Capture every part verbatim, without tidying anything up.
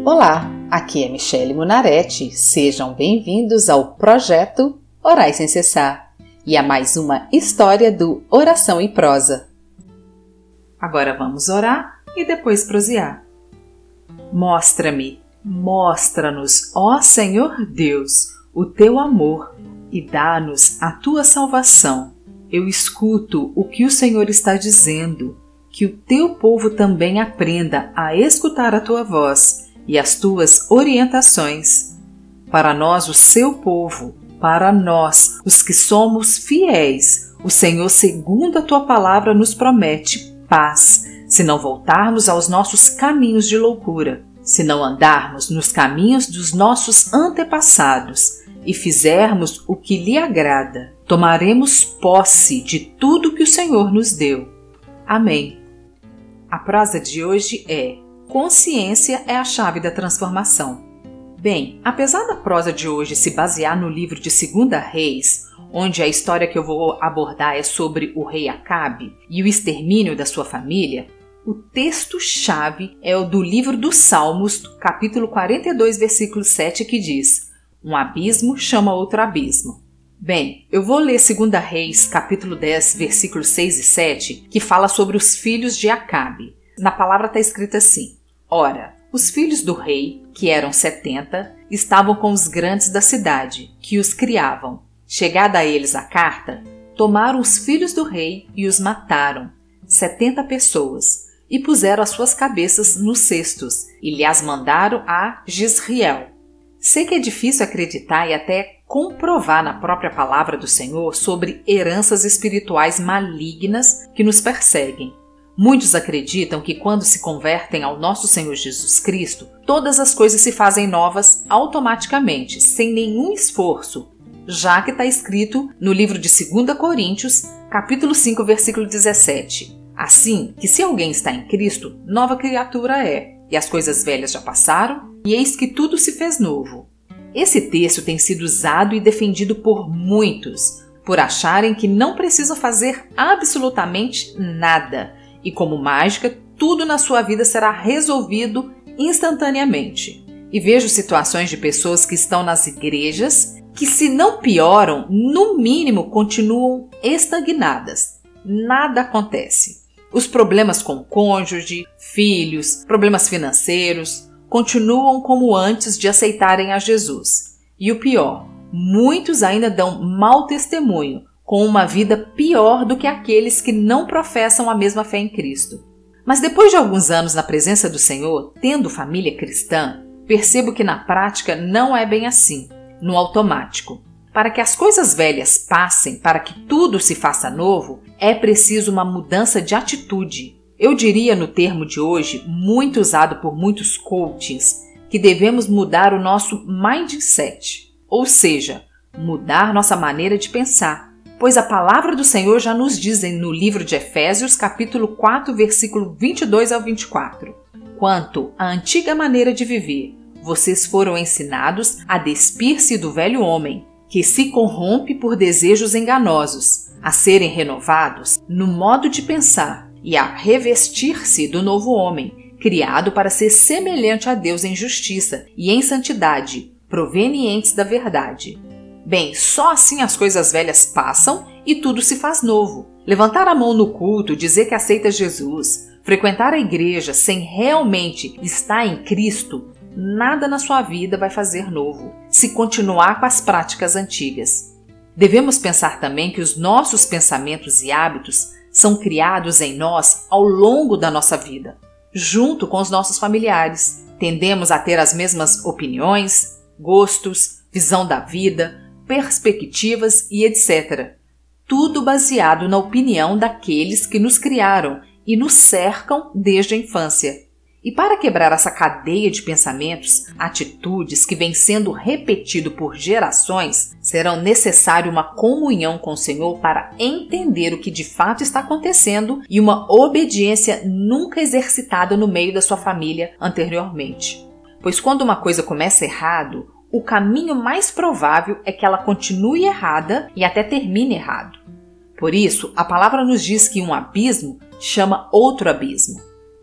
Olá, aqui é Michele Munarete. Sejam bem-vindos ao projeto Orai Sem Cessar e a mais uma história do Oração em Prosa. Agora vamos orar e depois prosear. Mostra-me, mostra-nos, ó Senhor Deus, o teu amor e dá-nos a tua salvação. Eu escuto o que o Senhor está dizendo, que o teu povo também aprenda a escutar a tua voz e as tuas orientações. Para nós, o seu povo, para nós, os que somos fiéis, o Senhor, segundo a tua palavra, nos promete paz, se não voltarmos aos nossos caminhos de loucura, se não andarmos nos caminhos dos nossos antepassados e fizermos o que lhe agrada. Tomaremos posse de tudo que o Senhor nos deu. Amém. A prosa de hoje é: consciência é a chave da transformação. Bem, apesar da prosa de hoje se basear no livro de Segunda Reis, onde a história que eu vou abordar é sobre o rei Acabe e o extermínio da sua família, o texto-chave é o do livro dos Salmos, capítulo quarenta e dois, versículo sete, que diz: um abismo chama outro abismo. Bem, eu vou ler Segunda Reis, capítulo dez, versículos seis e sete, que fala sobre os filhos de Acabe. Na palavra está escrito assim: ora, os filhos do rei, que eram setenta, estavam com os grandes da cidade, que os criavam. Chegada a eles a carta, tomaram os filhos do rei e os mataram, setenta pessoas, e puseram as suas cabeças nos cestos, e lhe as mandaram a Jezreel. Sei que é difícil acreditar e até comprovar na própria palavra do Senhor sobre heranças espirituais malignas que nos perseguem. Muitos acreditam que quando se convertem ao nosso Senhor Jesus Cristo, todas as coisas se fazem novas automaticamente, sem nenhum esforço, já que está escrito no livro de Segunda Coríntios, capítulo cinco, versículo dezessete. Assim, que se alguém está em Cristo, nova criatura é, e as coisas velhas já passaram, e eis que tudo se fez novo. Esse texto tem sido usado e defendido por muitos, por acharem que não precisam fazer absolutamente nada, e como mágica, tudo na sua vida será resolvido instantaneamente. E vejo situações de pessoas que estão nas igrejas que, se não pioram, no mínimo continuam estagnadas. Nada acontece. Os problemas com o cônjuge, filhos, problemas financeiros continuam como antes de aceitarem a Jesus. E o pior, muitos ainda dão mau testemunho, com uma vida pior do que aqueles que não professam a mesma fé em Cristo. Mas depois de alguns anos na presença do Senhor, tendo família cristã, percebo que na prática não é bem assim, no automático. Para que as coisas velhas passem, para que tudo se faça novo, é preciso uma mudança de atitude. Eu diria no termo de hoje, muito usado por muitos coachings, que devemos mudar o nosso mindset, ou seja, mudar nossa maneira de pensar, pois a palavra do Senhor já nos diz no livro de Efésios, capítulo quatro, versículo vinte e dois ao vinte e quatro. Quanto à antiga maneira de viver, vocês foram ensinados a despir-se do velho homem, que se corrompe por desejos enganosos, a serem renovados no modo de pensar e a revestir-se do novo homem, criado para ser semelhante a Deus em justiça e em santidade, provenientes da verdade. Bem, só assim as coisas velhas passam e tudo se faz novo. Levantar a mão no culto, dizer que aceita Jesus, frequentar a igreja sem realmente estar em Cristo, nada na sua vida vai fazer novo, se continuar com as práticas antigas. Devemos pensar também que os nossos pensamentos e hábitos são criados em nós ao longo da nossa vida, junto com os nossos familiares. Tendemos a ter as mesmas opiniões, gostos, visão da vida, perspectivas e etcétera. Tudo baseado na opinião daqueles que nos criaram e nos cercam desde a infância. E para quebrar essa cadeia de pensamentos, atitudes que vem sendo repetido por gerações, serão necessário uma comunhão com o Senhor para entender o que de fato está acontecendo e uma obediência nunca exercitada no meio da sua família anteriormente. Pois quando uma coisa começa errado, o caminho mais provável é que ela continue errada e até termine errado. Por isso, a palavra nos diz que um abismo chama outro abismo.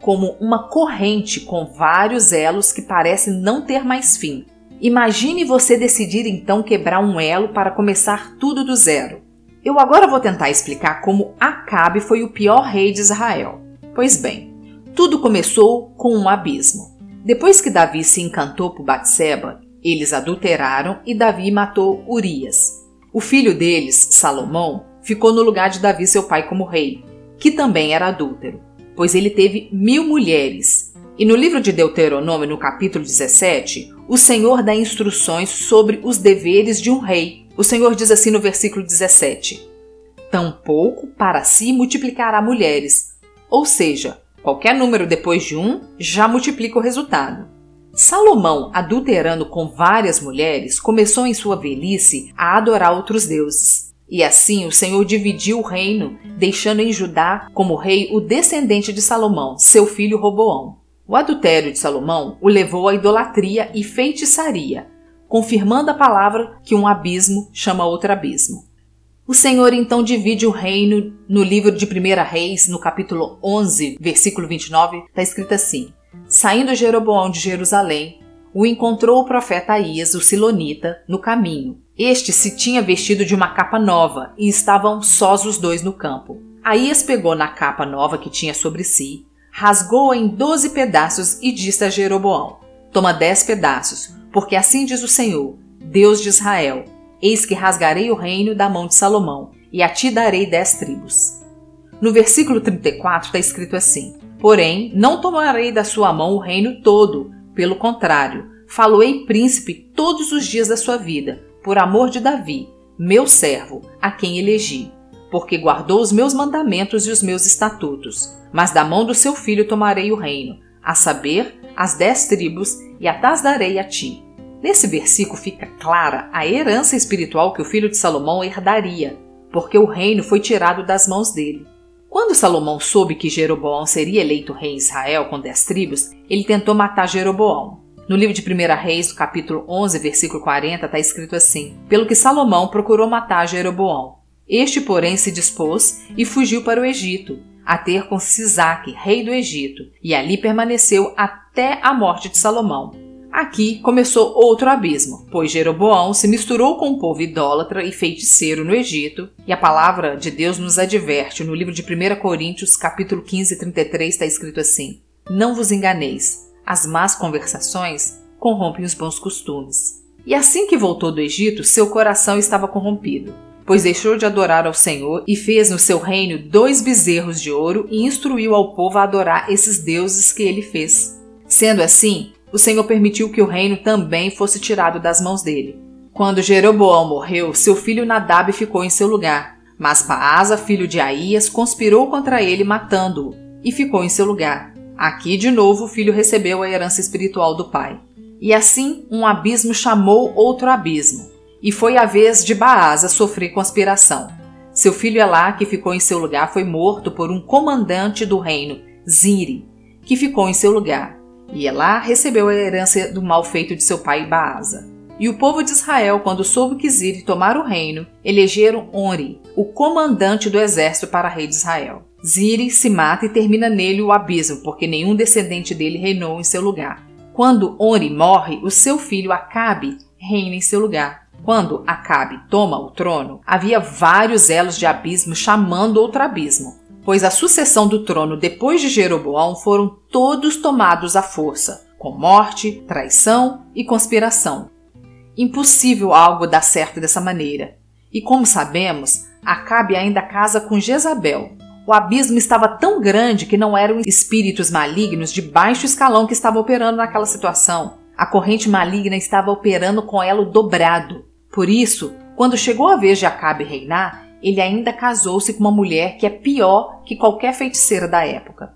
como uma corrente com vários elos que parece não ter mais fim. Imagine você decidir então quebrar um elo para começar tudo do zero. Eu agora vou tentar explicar como Acabe foi o pior rei de Israel. Pois bem, tudo começou com um abismo. Depois que Davi se encantou por Batseba, eles adulteraram e Davi matou Urias. O filho deles, Salomão, ficou no lugar de Davi, seu pai, como rei, que também era adúltero, pois ele teve mil mulheres. E no livro de Deuteronômio, no capítulo dezessete, o Senhor dá instruções sobre os deveres de um rei. O Senhor diz assim no versículo dezessete: tampouco para si multiplicará mulheres, ou seja, qualquer número depois de um já multiplica o resultado. Salomão, adulterando com várias mulheres, começou em sua velhice a adorar outros deuses. E assim o Senhor dividiu o reino, deixando em Judá como rei o descendente de Salomão, seu filho Roboão. O adultério de Salomão o levou à idolatria e feitiçaria, confirmando a palavra que um abismo chama outro abismo. O Senhor então divide o reino. No livro de primeira Reis, no capítulo onze, versículo vinte e nove, está escrito assim: saindo Jeroboão de Jerusalém, o encontrou o profeta Aías, o silonita, no caminho. Este se tinha vestido de uma capa nova e estavam sós os dois no campo. Aías pegou na capa nova que tinha sobre si, rasgou-a em doze pedaços e disse a Jeroboão: toma dez pedaços, porque assim diz o Senhor, Deus de Israel: eis que rasgarei o reino da mão de Salomão, e a ti darei dez tribos. No versículo trinta e quatro está escrito assim: porém, não tomarei da sua mão o reino todo, pelo contrário, falo-ei príncipe todos os dias da sua vida, por amor de Davi, meu servo, a quem elegi, porque guardou os meus mandamentos e os meus estatutos. Mas da mão do seu filho tomarei o reino, a saber, as dez tribos, e as darei a ti. Nesse versículo fica clara a herança espiritual que o filho de Salomão herdaria, porque o reino foi tirado das mãos dele. Quando Salomão soube que Jeroboão seria eleito rei em Israel com dez tribos, ele tentou matar Jeroboão. No livro de primeira Reis, no capítulo onze, versículo quarenta, está escrito assim: pelo que Salomão procurou matar Jeroboão. Este, porém, se dispôs e fugiu para o Egito, a ter com Sisaque, rei do Egito, e ali permaneceu até a morte de Salomão. Aqui começou outro abismo, pois Jeroboão se misturou com o povo idólatra e feiticeiro no Egito, e a palavra de Deus nos adverte. No livro de primeira Coríntios, capítulo quinze, trinta e três, está escrito assim: não vos enganeis, as más conversações corrompem os bons costumes. E assim que voltou do Egito, seu coração estava corrompido, pois deixou de adorar ao Senhor e fez no seu reino dois bezerros de ouro e instruiu ao povo a adorar esses deuses que ele fez. Sendo assim, o Senhor permitiu que o reino também fosse tirado das mãos dele. Quando Jeroboão morreu, seu filho Nadab ficou em seu lugar, mas Baasa, filho de Aías, conspirou contra ele, matando-o, e ficou em seu lugar. Aqui, de novo, o filho recebeu a herança espiritual do pai. E assim, um abismo chamou outro abismo, e foi a vez de Baasa sofrer conspiração. Seu filho Elá, que ficou em seu lugar, foi morto por um comandante do reino, Zimri, que ficou em seu lugar. E Elá recebeu a herança do mal feito de seu pai Baasa. E o povo de Israel, quando soube que Zimri tomara o reino, elegeram Onri, o comandante do exército, para rei de Israel. Zimri se mata e termina nele o abismo, porque nenhum descendente dele reinou em seu lugar. Quando Onri morre, o seu filho Acabe reina em seu lugar. Quando Acabe toma o trono, havia vários elos de abismo chamando outro abismo, pois a sucessão do trono depois de Jeroboão foram todos tomados à força, com morte, traição e conspiração. Impossível algo dar certo dessa maneira. E como sabemos, Acabe ainda casa com Jezabel. O abismo estava tão grande que não eram espíritos malignos de baixo escalão que estavam operando naquela situação. A corrente maligna estava operando com elo dobrado. Por isso, quando chegou a vez de Acabe reinar, ele ainda casou-se com uma mulher que é pior que qualquer feiticeira da época.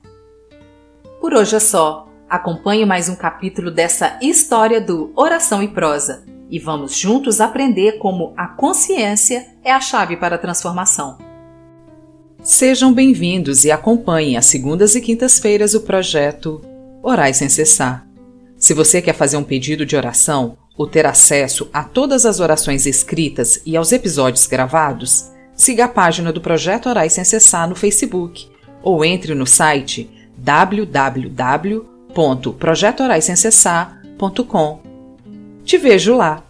Por hoje é só. Acompanhe mais um capítulo dessa história do Oração e Prosa e vamos juntos aprender como a consciência é a chave para a transformação. Sejam bem-vindos e acompanhem às segundas e quintas-feiras o projeto Orai Sem Cessar. Se você quer fazer um pedido de oração ou ter acesso a todas as orações escritas e aos episódios gravados, siga a página do Projeto Orai Sem Cessar no Facebook ou entre no site w w w ponto projeto orais sem cessar ponto com. Te vejo lá!